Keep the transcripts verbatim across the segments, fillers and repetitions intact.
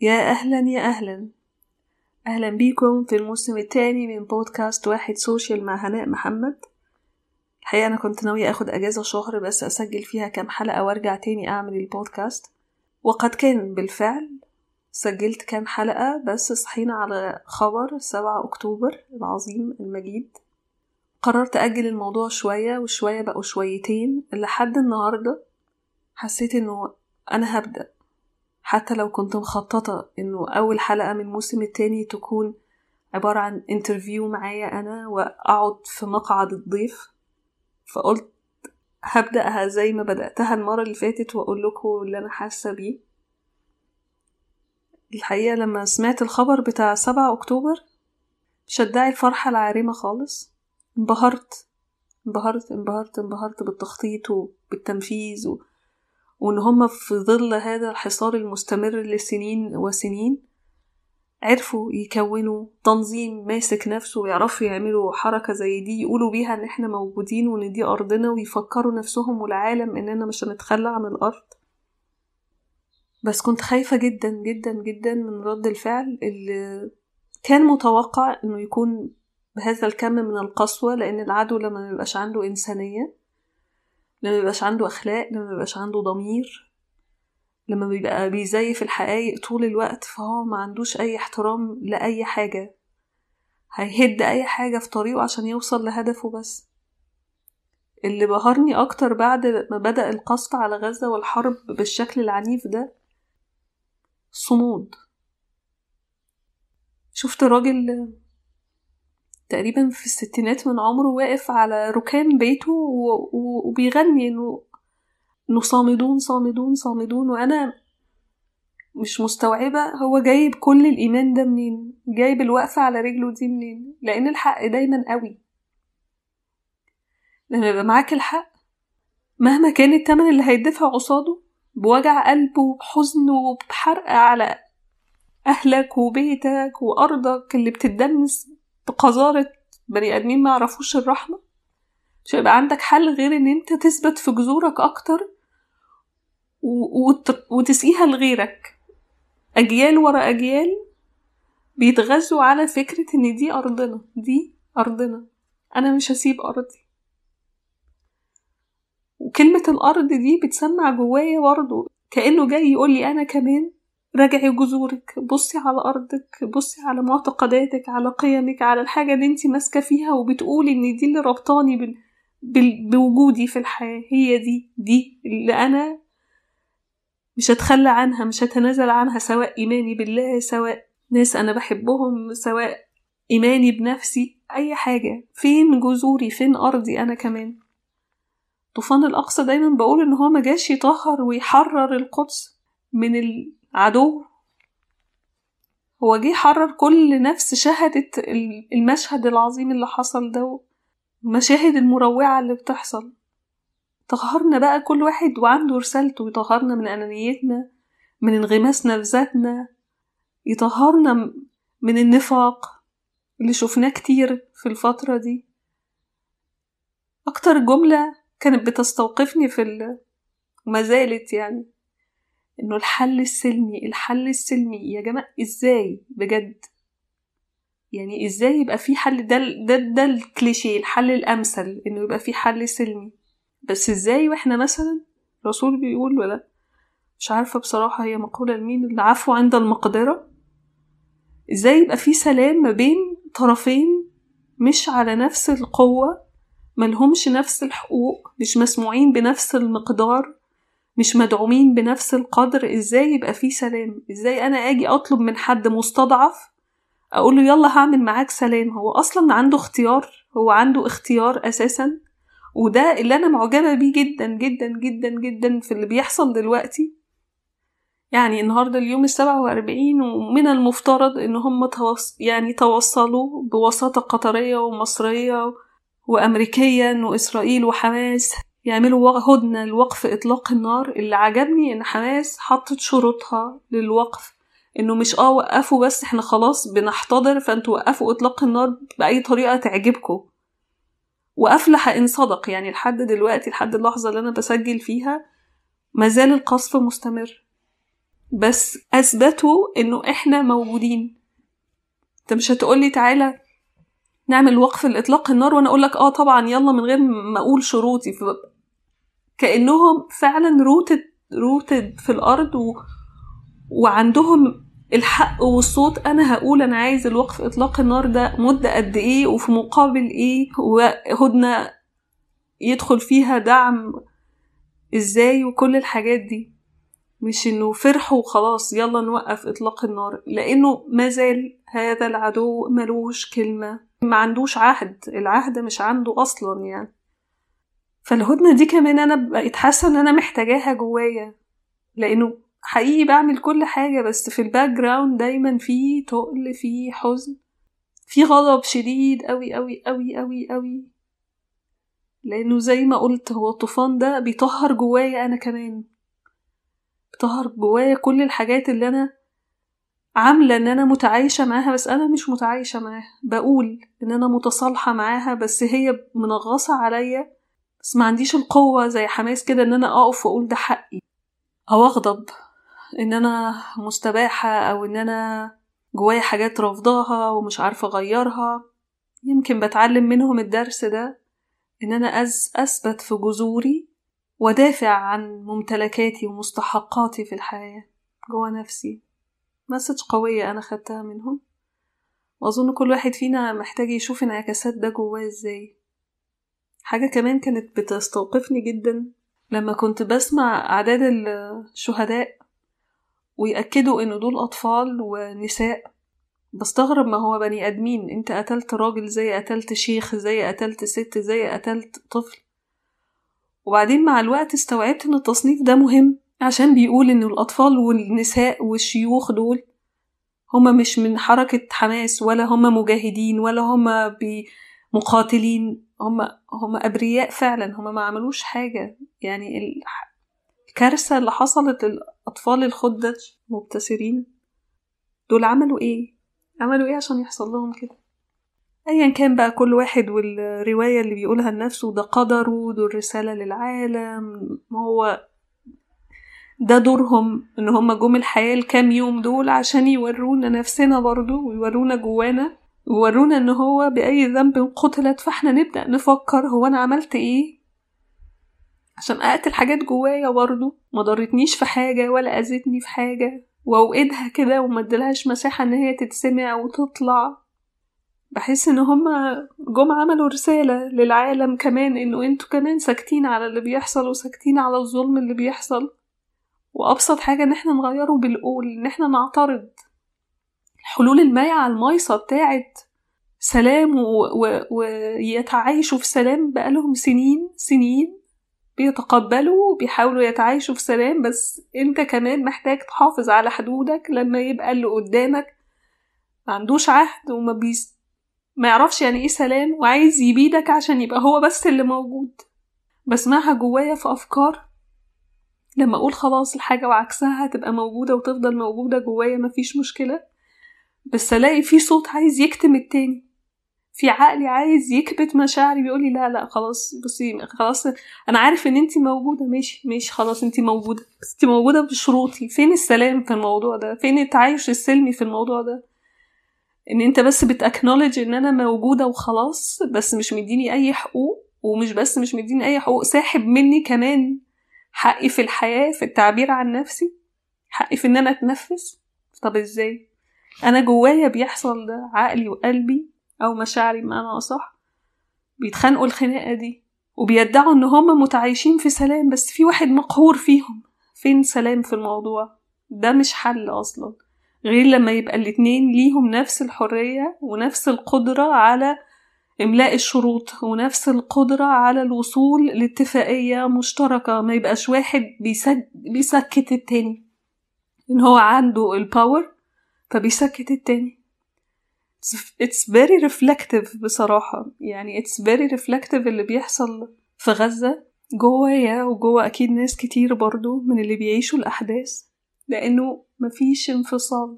يا أهلا يا أهلا أهلا بيكم في الموسم الثاني من بودكاست واحد سوشيال مع هناء محمد. الحقيقة أنا كنت ناوية أخد أجازة شهر بس أسجل فيها كام حلقة وارجع تاني أعمل البودكاست، وقد كان بالفعل سجلت كام حلقة. بس صحينا على خبر سبعة أكتوبر العظيم المجيد، قررت أجل الموضوع شوية وشوية بقوا شويتين لحد النهاردة. حسيت إنه أنا هبدأ، حتى لو كنت مخططة إنه أول حلقة من الموسم التاني تكون عبارة عن انترفيو معايا أنا وأقعد في مقعد الضيف، فقلت هبدأها زي ما بدأتها المرة اللي فاتت وأقول لكم اللي أنا حاسة بيه. الحقيقة لما سمعت الخبر بتاع سبعة أكتوبر شدعي الفرحة العارمة خالص، انبهرت انبهرت انبهرت انبهرت بالتخطيط وبالتنفيذ و... وإن هم في ظل هذا الحصار المستمر لسنين وسنين عرفوا يكونوا تنظيم ماسك نفسه ويعرفوا يعملوا حركة زي دي يقولوا بيها ان احنا موجودين وان دي ارضنا، ويفكروا نفسهم والعالم اننا مش هنتخلى عن الارض. بس كنت خايفة جدا جدا جدا من رد الفعل اللي كان متوقع انه يكون بهذا الكم من القسوة، لان العدو لما يبقاش عنده انسانية، لما يبقاش عنده اخلاق، لما يبقاش عنده ضمير، لما بيبقى بيزيف الحقائق طول الوقت، فهو ما عندوش اي احترام لأي حاجة، هيهد اي حاجة في طريقه عشان يوصل لهدفه. بس اللي بهرني اكتر بعد ما بدأ القصف على غزة والحرب بالشكل العنيف ده صمود. شفت راجل تقريبا في الستينات من عمره واقف على ركام بيته وبيغني انه انه صامدون صامدون صامدون، وانا مش مستوعبة هو جايب كل الإيمان ده منين، جايب الوقفة على رجله دي منين. لأن الحق دايما قوي، لما يبقى معاك الحق مهما كان التمن اللي هيدفع قصاده بوجع قلب وبحزن وبحرق على أهلك وبيتك وأرضك اللي بتدنس بقذارة بني آدمين ما عرفوش الرحمة، مش هيبقى عندك حل غير ان انت تثبت في جذورك أكتر وتسقيها لغيرك. أجيال ورا أجيال بيتغذوا على فكرة ان دي أرضنا، دي أرضنا، أنا مش هسيب أرضي. وكلمة الأرض دي بتسمع جوايا برضو كأنه جاي يقولي أنا كمان راجعي جذورك، بصي على أرضك، بصي على معتقداتك، على قيمك، على الحاجة اللي انتي ماسكة فيها وبتقولي ان دي اللي ربطاني بال... بال... بوجودي في الحياة، هي دي دي اللي أنا مش هتخلى عنها، مش هتنازل عنها، سواء إيماني بالله، سواء ناس أنا بحبهم، سواء إيماني بنفسي، أي حاجة. فين جذوري؟ فين أرضي أنا كمان؟ طوفان الأقصى دايما بقول إن هو مجاش يطهر ويحرر القدس من العدو، هو جه يحرر كل نفس شهدت المشهد العظيم اللي حصل ده والمشاهد المروعة اللي بتحصل. طهرنا بقى كل واحد وعنده رسالته، يطهرنا من أنانيتنا، من انغماسنا في ذاتنا، يطهرنا من النفاق اللي شفناه كتير في الفترة دي. أكتر جملة كانت بتستوقفني في ال... وما زالت يعني إنه الحل السلمي، الحل السلمي يا جماعة. إزاي بجد؟ يعني إزاي يبقى في حل؟ ده ده ده الكليشيه، الحل الأمثل إنه يبقى في حل سلمي، بس إزاي وإحنا مثلا الرسول بيقول ولا مش عارفة بصراحة هي مقولة لمين، العفو عند المقدرة. إزاي يبقى في سلام ما بين طرفين مش على نفس القوة، ملهمش نفس الحقوق، مش مسموعين بنفس المقدار، مش مدعومين بنفس القدر؟ ازاي يبقى فيه سلام؟ ازاي انا اجي اطلب من حد مستضعف اقوله يلا هعمل معاك سلام؟ هو اصلا عنده اختيار؟ هو عنده اختيار اساسا؟ وده اللي انا معجبة بيه جدا جدا جدا جدا في اللي بيحصل دلوقتي. يعني النهاردة اليوم السبعة واربعين، ومن المفترض ان هم توص... يعني توصلوا بوساطة قطرية ومصرية وامريكيا واسرائيل وحماس يعملوا هدنة لوقف إطلاق النار. اللي عجبني إن حماس حطت شروطها للوقف، إنه مش آه وقفوا بس إحنا خلاص بنحتضر فأنتوا وقفوا إطلاق النار بأي طريقة تعجبكم. وأفلح إن صدق، يعني لحد دلوقتي لحد اللحظة اللي أنا بسجل فيها مازال القصف مستمر. بس أثبتوا إنه إحنا موجودين. أنت مش هتقولي تعالى نعمل وقف الإطلاق النار وأنا أقولك آه طبعا يلا من غير ما أقول شروطي. كأنهم فعلا روتد روتد في الأرض و... وعندهم الحق والصوت. أنا هقول أنا عايز الوقف إطلاق النار ده مدة قد إيه وفي مقابل إيه، وهدنة يدخل فيها دعم إزاي، وكل الحاجات دي. مش إنه فرحوا وخلاص يلا نوقف إطلاق النار، لأنه مازال هذا العدو ملوش كلمة، ما عندوش عهد، العهد مش عنده أصلا يعني. فالهدنة دي كمان أنا بقيت حاسة إن أنا محتاجاها جوايا، لأنه حقيقي بعمل كل حاجة بس في الباك جراوند دايما في تقل، في حزن، في غضب شديد قوي قوي قوي قوي قوي. لأنه زي ما قلت هو الطوفان ده بيطهر جوايا أنا كمان، بيطهر جوايا كل الحاجات اللي أنا عاملة إن أنا متعايشة معاها بس أنا مش متعايشة معاها. بقول إن أنا متصالحة معاها بس هي منغصة عليا، بس ما عنديش القوة زي حماس كده إن أنا أقف وأقول ده حقي، أو أغضب إن أنا مستباحة، أو إن أنا جوايا حاجات رفضاها ومش عارفة أغيرها. يمكن بتعلم منهم الدرس ده، إن أنا أز أثبت في جذوري ودافع عن ممتلكاتي ومستحقاتي في الحياة جوا نفسي. مسج قوية أنا خدتها منهم، وأظن كل واحد فينا محتاج يشوف انعكاسات ده جواه إزاي. حاجة كمان كانت بتستوقفني جدا لما كنت بسمع أعداد الشهداء ويأكدوا إنه دول أطفال ونساء. بستغرب، ما هو بني أدمين، أنت قتلت راجل زي قتلت شيخ، زي قتلت ست، زي قتلت طفل. وبعدين مع الوقت استوعبت إن التصنيف ده مهم، عشان بيقول إنه الأطفال والنساء والشيوخ دول هما مش من حركة حماس، ولا هما مجاهدين، ولا هما مقاتلين، هما هما أبرياء فعلا، هما ما عملوش حاجة. يعني الكارثة اللي حصلت للأطفال الخدج مبتسرين دول عملوا إيه؟ عملوا إيه عشان يحصل لهم كده؟ أيا كان بقى كل واحد والرواية اللي بيقولها لنفسه، ده قدره، دول رسالة للعالم، ما هو ده دورهم إن هم جم الحياة الكام يوم دول عشان يورونا نفسنا برضو، ويورونا جوانا، ويورونا إن هو بأي ذنب قتلت. فاحنا نبدأ نفكر هو أنا عملت إيه عشان أقتل حاجات جوايا برضو ما ضرتنيش في حاجة ولا أذتني في حاجة، وأوقدها كده وما ادلهاش مساحة إن هي تتسمع وتطلع. بحس إن هما جم عملوا رسالة للعالم كمان، إنه انتوا كمان ساكتين على اللي بيحصل وساكتين على الظلم اللي بيحصل. وأبسط حاجة إن احنا نغيره بالقول، إن احنا نعترض. الحلول المايعة المايصة بتاعت سلام ويتعايشوا في سلام بقالهم سنين سنين، بيتقبلوا وبيحاولوا يتعايشوا في سلام، بس انت كمان محتاج تحافظ على حدودك لما يبقى اللي قدامك ما عندوش عهد وما بيس ما يعرفش يعني ايه سلام، وعايز يبيدك عشان يبقى هو بس اللي موجود. بسمعها جوايا في أفكار، لما أقول خلاص الحاجة وعكسها هتبقى موجودة وتفضل موجودة جوايا مفيش مشكلة، بس ألاقي في صوت عايز يكتم التاني، في عقلي عايز يكبت مشاعري بيقولي لا لا خلاص بصي خلاص أنا عارف إن انتي موجودة، ماشي ماشي خلاص انتي موجودة، بس انتي موجودة بشروطي. فين السلام في الموضوع ده؟ فين التعايش السلمي في الموضوع ده؟ ان انت بس بتأكنولج ان انا موجودة وخلاص، بس مش مديني اي حقوق، ومش بس مش مديني اي حقوق، ساحب مني كمان حقي في الحياة، في التعبير عن نفسي، حقي في ان انا اتنفس. طب ازاي انا جوايا بيحصل ده؟ عقلي وقلبي او مشاعري بمعنى اصح بيتخانقوا الخناقة دي، وبيدعوا ان هم متعايشين في سلام، بس في واحد مقهور فيهم. فين سلام في الموضوع ده؟ مش حل اصلا غير لما يبقى الاتنين ليهم نفس الحرية ونفس القدرة على إملاء الشروط ونفس القدرة على الوصول لاتفاقية مشتركة. ما يبقاش واحد بيسك... بيسكت التاني، إن هو عنده الباور فبيسكت التاني. It's very reflective بصراحة، يعني it's very reflective اللي بيحصل في غزة جوايا وجوا أكيد ناس كتير برضو من اللي بيعيشوا الأحداث، لأنه مفيش انفصال.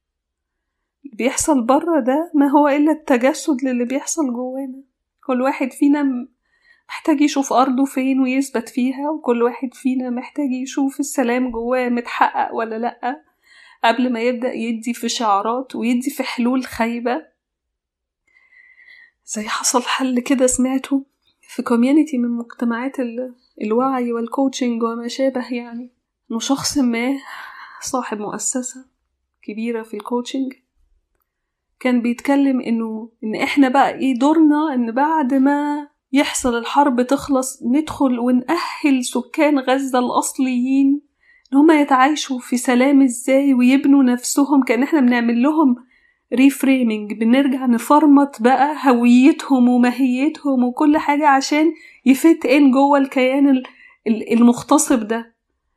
بيحصل بره ده ما هو إلا التجسد للي بيحصل جوانا. كل واحد فينا محتاج يشوف أرضه فين ويثبت فيها، وكل واحد فينا محتاج يشوف السلام جواه متحقق ولا لأ قبل ما يبدأ يدي في شعارات ويدي في حلول خايبة. زي حصل حل كده سمعته في كوميونيتي من مجتمعات الوعي والكوتشنج وما شابه، يعني إنه شخص ما صاحب مؤسسة كبيرة في الكوتشنج كان بيتكلم إنه إن إحنا بقى إيه دورنا، إن بعد ما يحصل الحرب تخلص ندخل ونأهل سكان غزة الأصليين إن هم يتعايشوا في سلام إزاي ويبنوا نفسهم، كأن إحنا بنعمل لهم ريفريمينج، بنرجع نفرمط بقى هويتهم وماهيتهم وكل حاجة عشان يفت إن جوه الكيان المغتصب ده.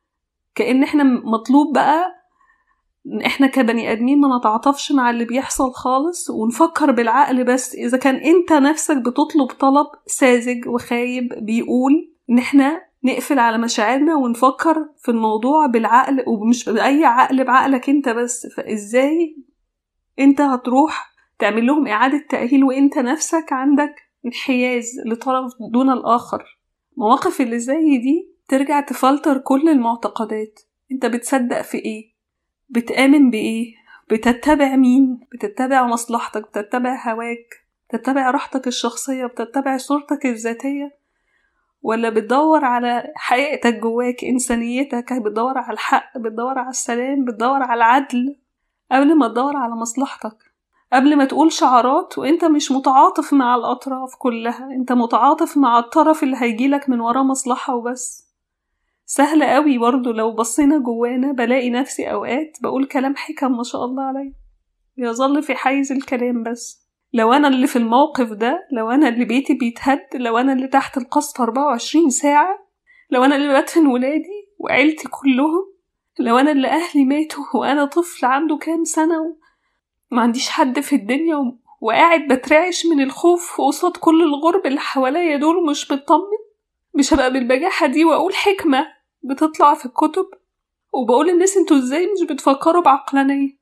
كأن إحنا مطلوب بقى إحنا كبني آدمين ما نتعاطفش مع اللي بيحصل خالص ونفكر بالعقل بس. إذا كان أنت نفسك بتطلب طلب ساذج وخايب بيقول إن إحنا نقفل على مشاعرنا ونفكر في الموضوع بالعقل ومش بأي عقل، بعقلك أنت بس، فإزاي أنت هتروح تعمل لهم إعادة تأهيل وأنت نفسك عندك انحياز لطرف دون الآخر؟ مواقف اللي زي دي ترجع تفلتر كل المعتقدات. أنت بتصدق في إيه؟ بتآمن بإيه؟ بتتبع مين؟ بتتبع مصلحتك؟ بتتبع هواك؟ بتتبع راحتك الشخصية؟ بتتبع صورتك الذاتية؟ ولا بتدور على حقيقتك جواك، إنسانيتك؟ بتدور على الحق؟ بتدور على السلام؟ بتدور على العدل قبل ما تدور على مصلحتك؟ قبل ما تقول شعارات وانت مش متعاطف مع الأطراف كلها، انت متعاطف مع الطرف اللي هيجيلك من وراه مصلحة وبس. سهل قوي برضو لو بصينا جوانا بلاقي نفسي أوقات بقول كلام حكم ما شاء الله علي يظل في حيز الكلام، بس لو أنا اللي في الموقف ده، لو أنا اللي بيتي بيتهد، لو أنا اللي تحت القصف أربعة وعشرين ساعة، لو أنا اللي بدفن ولادي وعيلتي كلهم، لو أنا اللي أهلي ماتوا وأنا طفل عنده كام سنة وما عنديش حد في الدنيا و... وقاعد بترعش من الخوف قصاد كل الغرب اللي حواليا دول مش بتطمن، مش هبقى بالبجاحة دي وأقول حكمة بتطلع في الكتب وبقول للناس انتوا ازاي مش بتفكروا بعقلانية؟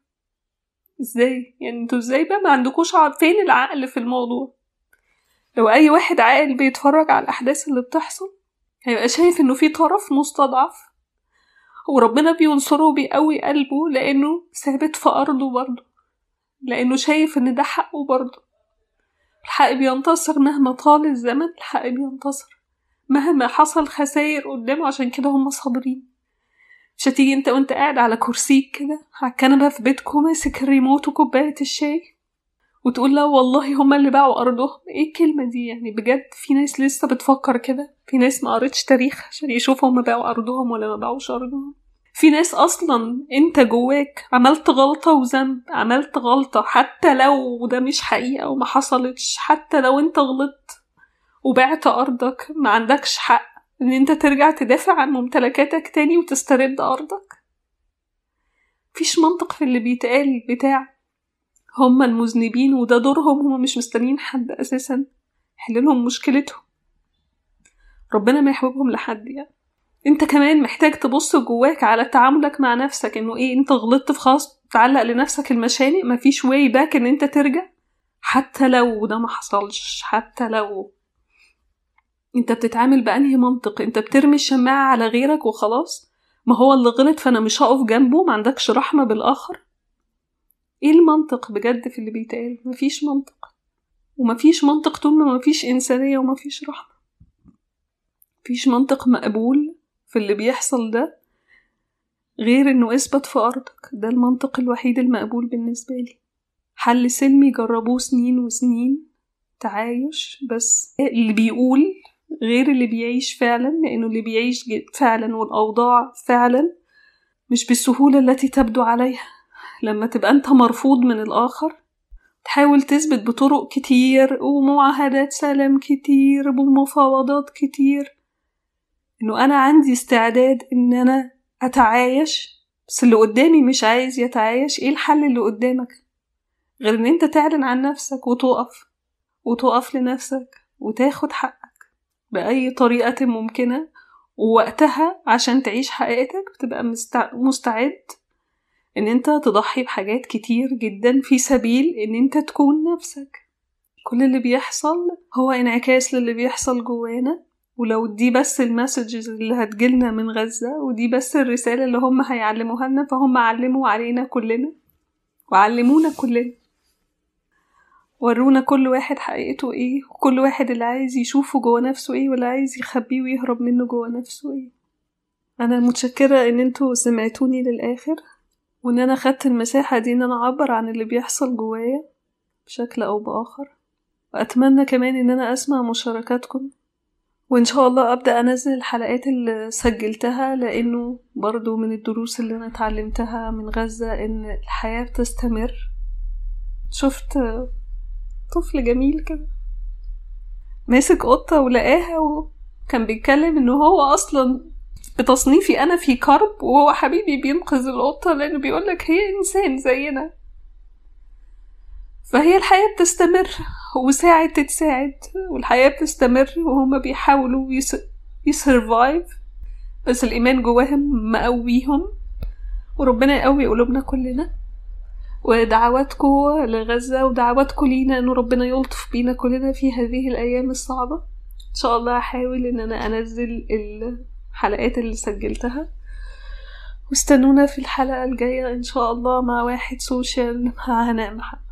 ازاي يعني انتوا ازاي بقى ما عندكوش عقل؟ فين العقل في الموضوع؟ لو اي واحد عاقل بيتفرج على الاحداث اللي بتحصل هيبقى شايف انه في طرف مستضعف وربنا بينصره وبيقوي قلبه لانه ثابت في ارضه برضه، لانه شايف ان ده حقه برضه. الحق بينتصر مهما طال الزمن، الحق بينتصر مهما حصل خسائر قدامه، عشان كده هم صابرين. مش هتيجي انت وانت قاعد على كرسيك كده على الكنبة في بيتكم ماسك الريموت وكوباية الشاي وتقول لا والله هما اللي باعوا أرضهم؟ ايه الكلمة دي يعني؟ بجد في ناس لسه بتفكر كده؟ في ناس ما قريتش تاريخ عشان يشوفوا هما باعوا أرضهم ولا ما باعوش أرضهم؟ في ناس أصلا انت جواك عملت غلطة وذنب، عملت غلطة حتى لو ده مش حقيقة وما حصلتش، حتى لو انت غلطت وبعت أرضك ما عندكش حق ان انت ترجع تدافع عن ممتلكاتك تاني وتسترد أرضك. فيش منطق في اللي بيتقال بتاع هم المذنبين وده دورهم، هم مش مستنين حد أساسا يحللهم مشكلتهم. ربنا ما يحببهم لحد يعني. انت كمان محتاج تبص جواك على تعاملك مع نفسك، انه ايه انت غلطت في خلاص تعلق لنفسك المشانق، مفيش واي باك ان انت ترجع حتى لو ده ما حصلش. حتى لو انت بتتعامل بأنهي منطق؟ انت بترمي الشماعة على غيرك وخلاص، ما هو اللي غلط فانا مش هقف جنبه، ما عندكش رحمة بالآخر. ايه المنطق بجد في اللي بيتقال؟ مفيش منطق، ومفيش منطق طول ما مفيش إنسانية ومفيش رحمة. مفيش منطق مقبول في اللي بيحصل ده غير انه اثبت في أرضك. ده المنطق الوحيد المقبول بالنسبة لي. حل سلمي جربوه سنين وسنين، تعايش، بس اللي بيقول غير اللي بيعيش فعلا، لأنه اللي بيعيش فعلا والأوضاع فعلا مش بالسهولة التي تبدو عليها. لما تبقى أنت مرفوض من الآخر تحاول تثبت بطرق كتير ومعاهدات سلام كتير ومفاوضات كتير إنه أنا عندي استعداد إن أنا أتعايش، بس اللي قدامي مش عايز يتعايش. إيه الحل اللي قدامك غير إن أنت تعلن عن نفسك وتقف وتقف لنفسك وتاخد حقك بأي طريقة ممكنة، ووقتها عشان تعيش حقيقتك بتبقى مستعد ان انت تضحي بحاجات كتير جدا في سبيل ان انت تكون نفسك. كل اللي بيحصل هو انعكاس للي بيحصل جوانا، ولو دي بس المسجز اللي هتجيلنا من غزة ودي بس الرسالة اللي هم هيعلموها لنا، فهم علموا علينا كلنا وعلمونا كلنا، ورونا كل واحد حقيقته ايه، وكل واحد اللي عايز يشوفه جوا نفسه ايه واللي عايز يخبيه ويهرب منه جوا نفسه ايه. انا متشكرة ان انتوا سمعتوني للآخر، وان انا خدت المساحة دي ان انا اعبر عن اللي بيحصل جوايا بشكل او باخر، واتمنى كمان ان انا اسمع مشاركاتكم، وإن شاء الله أبدأ أنزل الحلقات اللي سجلتها، لأنه برضو من الدروس اللي أنا اتعلمتها من غزة إن الحياة بتستمر. شفت طفل جميل كده ماسك قطة ولقاها وكان بيتكلم إنه هو أصلا بتصنيفي أنا في كرب، وهو حبيبي بينقذ القطة لأنه بيقولك هي إنسان زينا. فهي الحياة بتستمر وساعد تتساعد، والحياة بتستمر وهما بيحاولوا يس... يسرفايف، بس الإيمان جواهم مقويهم، وربنا يقوي قلوبنا كلنا. ودعواتكم لغزة ودعواتكم لينا إنه ربنا يلطف بينا كلنا في هذه الأيام الصعبة. إن شاء الله هحاول إن أنا أنزل الحلقات اللي سجلتها، واستنونا في الحلقة الجاية إن شاء الله مع واحد سوشيال مع هناء محمد.